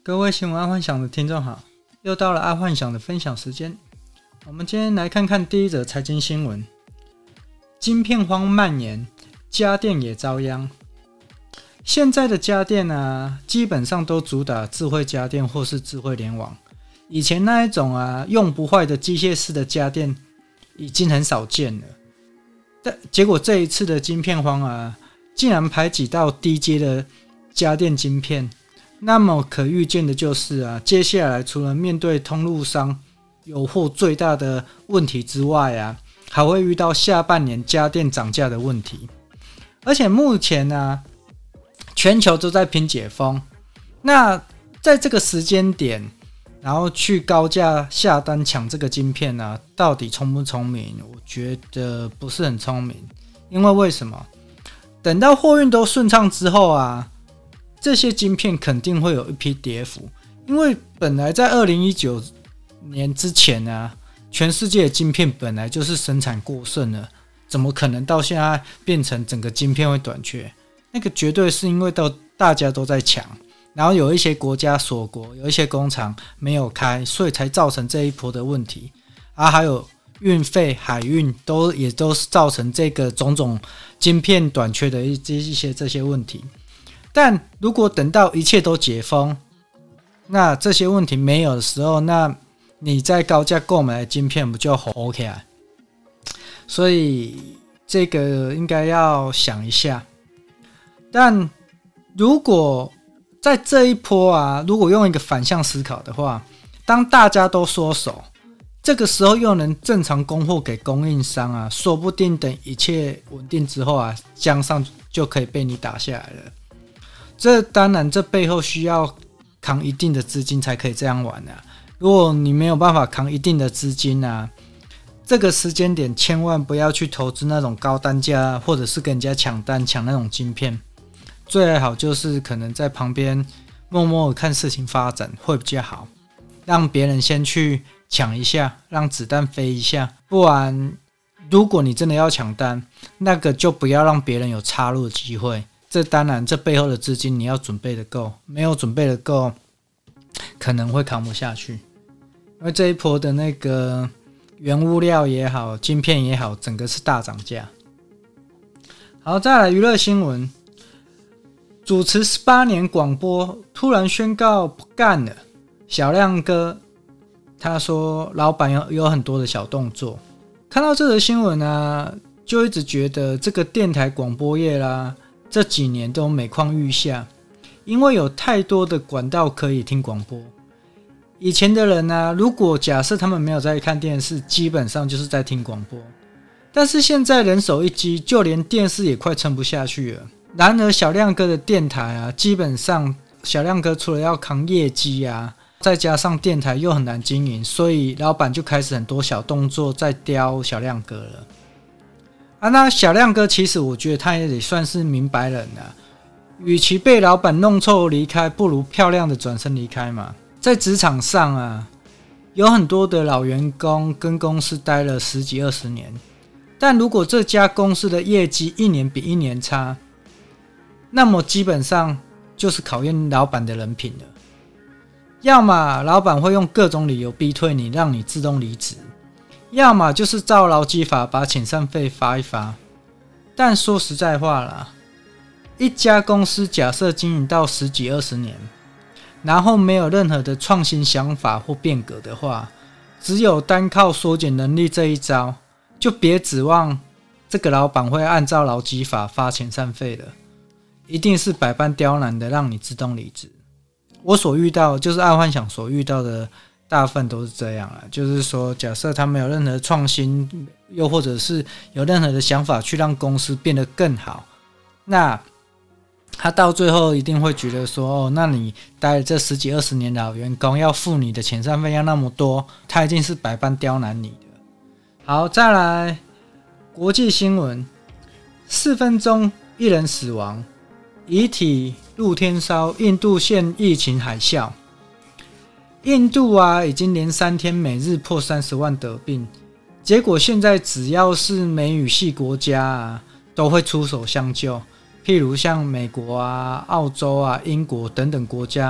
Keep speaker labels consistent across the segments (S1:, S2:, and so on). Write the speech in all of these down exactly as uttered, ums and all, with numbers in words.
S1: 各位新闻爱幻想的听众好，又到了爱幻想的分享时间。我们今天来看看第一则财经新闻：晶片荒蔓延，家电也遭殃。现在的家电啊，基本上都主打智慧家电或是智慧联网。以前那一种啊，用不坏的机械式的家电已经很少见了。但结果这一次的晶片荒啊，竟然排挤到低阶的家电晶片。那么可预见的就是啊，接下来除了面对通路商有货最大的问题之外啊，还会遇到下半年家电涨价的问题。而且目前啊，全球都在拼解封，那在这个时间点，然后去高价下单抢这个晶片啊，到底聪不聪明？我觉得不是很聪明，因为为什么？等到货运都顺畅之后啊，这些晶片肯定会有一批跌幅，因为本来在二零一九年之前啊，全世界的晶片本来就是生产过剩了，怎么可能到现在变成整个晶片会短缺？那个绝对是因为到大家都在抢，然后有一些国家锁国，有一些工厂没有开，所以才造成这一波的问题。啊，还有运费、海运都也都是造成这个种种晶片短缺的一一些这些问题。但如果等到一切都解封，那这些问题没有的时候，那你在高价购买的晶片不就 OK 啊？所以这个应该要想一下。但如果在这一波啊，如果用一个反向思考的话，当大家都缩手，这个时候又能正常供货给供应商啊，说不定等一切稳定之后啊，江上就可以被你打下来了。这当然，这背后需要扛一定的资金才可以这样玩啊。如果你没有办法扛一定的资金啊，这个时间点千万不要去投资那种高单价，或者是跟人家抢单抢那种晶片。最好就是可能在旁边默默的看事情发展会比较好，让别人先去抢一下，让子弹飞一下。不然，如果你真的要抢单，那个就不要让别人有插入的机会。这当然，这背后的资金你要准备的够，没有准备的够，可能会扛不下去。因为这一波的那个原物料也好，晶片也好，整个是大涨价。好，再来娱乐新闻，主持十八年广播，突然宣告不干了。小亮哥他说，老板有有很多的小动作。看到这则新闻啊，就一直觉得这个电台广播业啦，这几年都每况愈下，因为有太多的管道可以听广播。以前的人啊，如果假设他们没有在看电视，基本上就是在听广播。但是现在人手一机，就连电视也快撑不下去了。然而小亮哥的电台啊，基本上小亮哥除了要扛业绩啊，再加上电台又很难经营，所以老板就开始很多小动作在刁小亮哥了。啊，那小亮哥其实我觉得他也得算是明白人了，与其被老板弄臭离开，不如漂亮的转身离开嘛。在职场上啊，有很多的老员工跟公司待了十几二十年，但如果这家公司的业绩一年比一年差，那么基本上就是考验老板的人品了。要么老板会用各种理由逼退你，让你自动离职，要么就是照劳基法把遣散费发一发。但说实在话啦，一家公司假设经营到十几二十年，然后没有任何的创新想法或变革的话，只有单靠缩减能力这一招，就别指望这个老板会按照劳基法发遣散费了，一定是百般刁难的让你自动离职。我所遇到就是爱幻想所遇到的大部分都是这样啦，就是说假设他没有任何创新，又或者是有任何的想法去让公司变得更好，那他到最后一定会觉得说，哦，那你待了这十几二十年的老员工要付你的遣散费要那么多，他一定是百般刁难你的。好，再来国际新闻，四分钟一人死亡，遗体露天烧，印度现疫情海啸。印度啊，已经连三天每日破三十万得病，结果现在只要是美语系国家啊，都会出手相救。譬如像美国啊、澳洲啊、英国等等国家，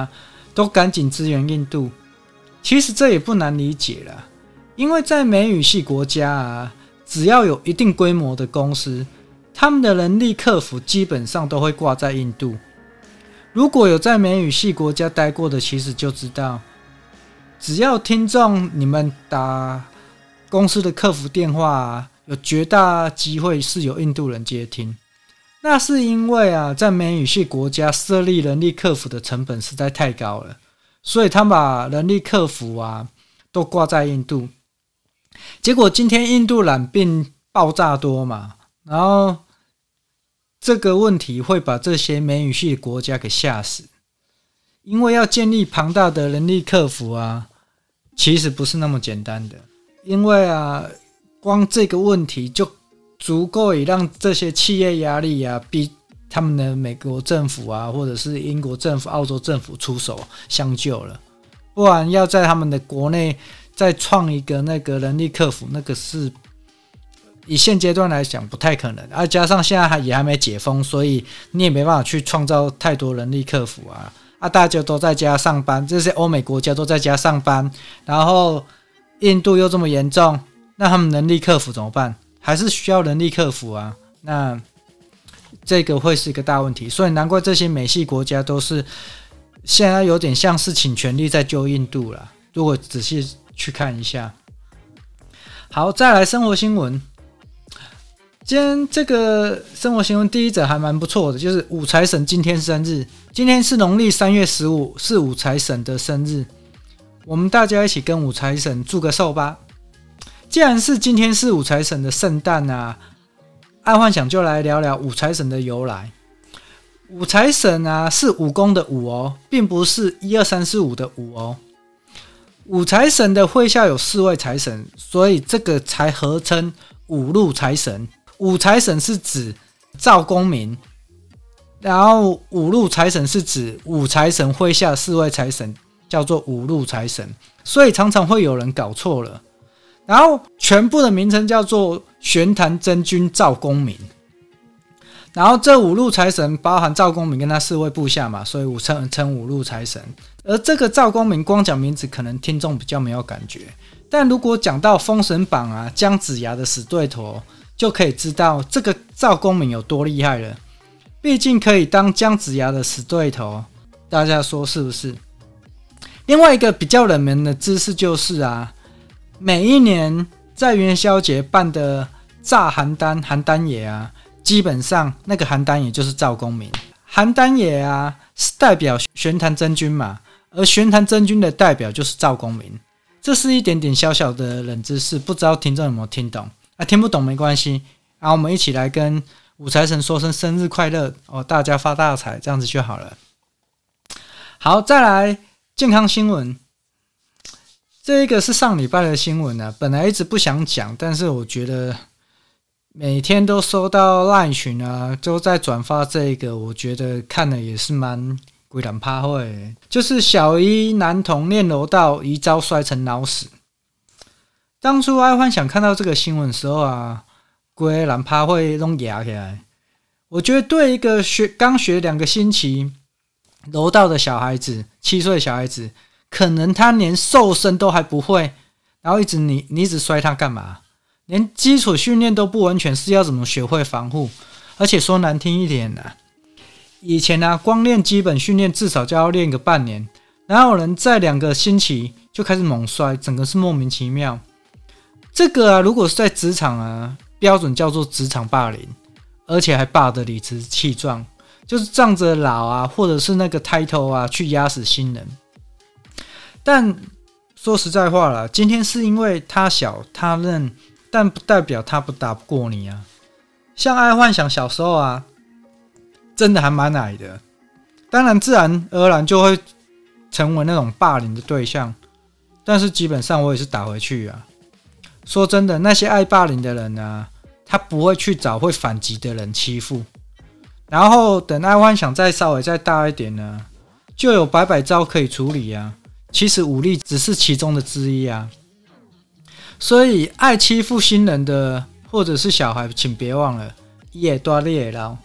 S1: 都赶紧支援印度。其实这也不难理解啦，因为在美语系国家啊，只要有一定规模的公司，他们的人力客服基本上都会挂在印度。如果有在美语系国家待过的，其实就知道，只要听众你们打公司的客服电话啊，有绝大机会是有印度人接听。那是因为啊，在美语系国家设立人力客服的成本实在太高了，所以他们把人力客服啊都挂在印度。结果今天印度染病爆炸多嘛，然后这个问题会把这些美语系国家给吓死，因为要建立庞大的人力客服啊，其实不是那么简单的。因为啊，光这个问题就足够以让这些企业压力啊，逼他们的美国政府啊，或者是英国政府、澳洲政府出手相救了。不然要在他们的国内再创一个那个人力客服，那个是以现阶段来讲不太可能。啊，加上现在还也还没解封，所以你也没办法去创造太多人力客服啊。啊，大家都在家上班，这些欧美国家都在家上班，然后印度又这么严重，那他们人力客服怎么办？还是需要人力客服啊，那这个会是一个大问题。所以难怪这些美系国家都是现在有点像是请全力在救印度啦，如果仔细去看一下。好，再来生活新闻。今天这个生活新闻第一则还蛮不错的，就是五财神今天生日，今天是农历三月十五，是五财神的生日，我们大家一起跟五财神祝个寿吧。既然是今天是五财神的圣诞啊，爱幻想就来聊聊五财神的由来。五财神啊是武功的武哦，并不是一二三四五的五哦。五财神的麾下有四位财神，所以这个才合称五路财神。五财神是指赵公明，然后五路财神是指五财神麾下四位财神，叫做五路财神，所以常常会有人搞错了。然后全部的名称叫做玄坛真君赵公明，然后这五路财神包含赵公明跟他四位部下嘛，所以五称称五路财神。而这个赵公明光讲名字可能听众比较没有感觉，但如果讲到封神榜啊姜子牙的死对头，就可以知道这个赵公明有多厉害了。毕竟可以当姜子牙的死对头，大家说是不是？另外一个比较冷门的知识就是啊，每一年在元宵节办的炸邯郸邯郸爷啊，基本上那个邯郸爷就是赵公明。邯郸爷啊是代表玄坛真君嘛，而玄坛真君的代表就是赵公明。这是一点点小小的冷知识，不知道听众有没有听懂啊？听不懂没关系啊，我们一起来跟五财神说声生日快乐哦，大家发大财，这样子就好了。好，再来健康新闻。这个是上礼拜的新闻啊，本来一直不想讲，但是我觉得每天都收到 LINE 群啊，都在转发这个，我觉得看了也是蛮鬼胆怕会。就是小一男童练柔道一遭摔成脑死。当初爱幻想看到这个新闻的时候啊，鬼胆怕会都压起来。我觉得对一个学刚学两个星期柔道的小孩子，七岁小孩子，可能他连瘦身都还不会，然后一直你你一直摔他干嘛？连基础训练都不完全，是要怎么学会防护？而且说难听一点啊，以前啊，光练基本训练至少就要练个半年，然后有人在两个星期就开始猛摔，整个是莫名其妙。这个啊，如果是在职场啊，标准叫做职场霸凌，而且还霸得理直气壮，就是仗着老啊，或者是那个 title 啊，去压死新人。但说实在话啦，今天是因为他小他嫩，但不代表他不打不过你啊。像爱幻想小时候啊，真的还蛮矮的，当然自然而然就会成为那种霸凌的对象，但是基本上我也是打回去啊。说真的，那些爱霸凌的人啊，他不会去找会反击的人欺负，然后等爱幻想再稍微再大一点呢，就有百百招可以处理啊。其实武力只是其中的之一啊，所以爱欺负新人的或者是小孩，请别忘了，也多猎捞，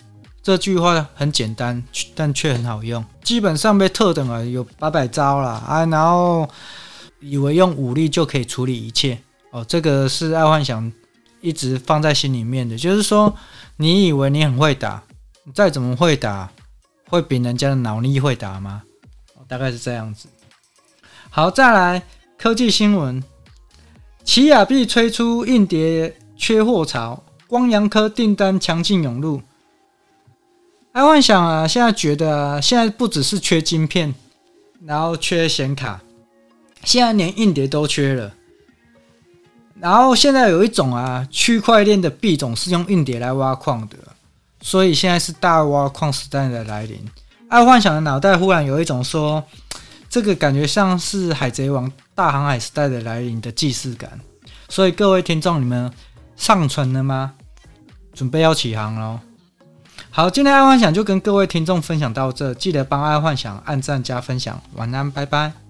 S1: 这句话很简单，但却很好用。基本上被特等了有八百招啦啊，然后以为用武力就可以处理一切哦，这个是爱幻想一直放在心里面的，就是说你以为你很会打，你再怎么会打，会比人家的脑力会打吗？哦，大概是这样子。好，再来科技新闻，奇亚币吹出硬碟缺货潮，光阳科订单强劲涌入。爱幻想啊，现在觉得啊，现在不只是缺晶片，然后缺显卡，现在连硬碟都缺了。然后现在有一种啊，区块链的币种是用硬碟来挖矿的，所以现在是大挖矿时代的来临。爱幻想的脑袋忽然有一种说，这个感觉像是海贼王大航海时代的来临的既视感。所以各位听众，你们上船了吗？准备要起航咯。好，今天爱幻想就跟各位听众分享到这，记得帮爱幻想按赞加分享，晚安，拜拜。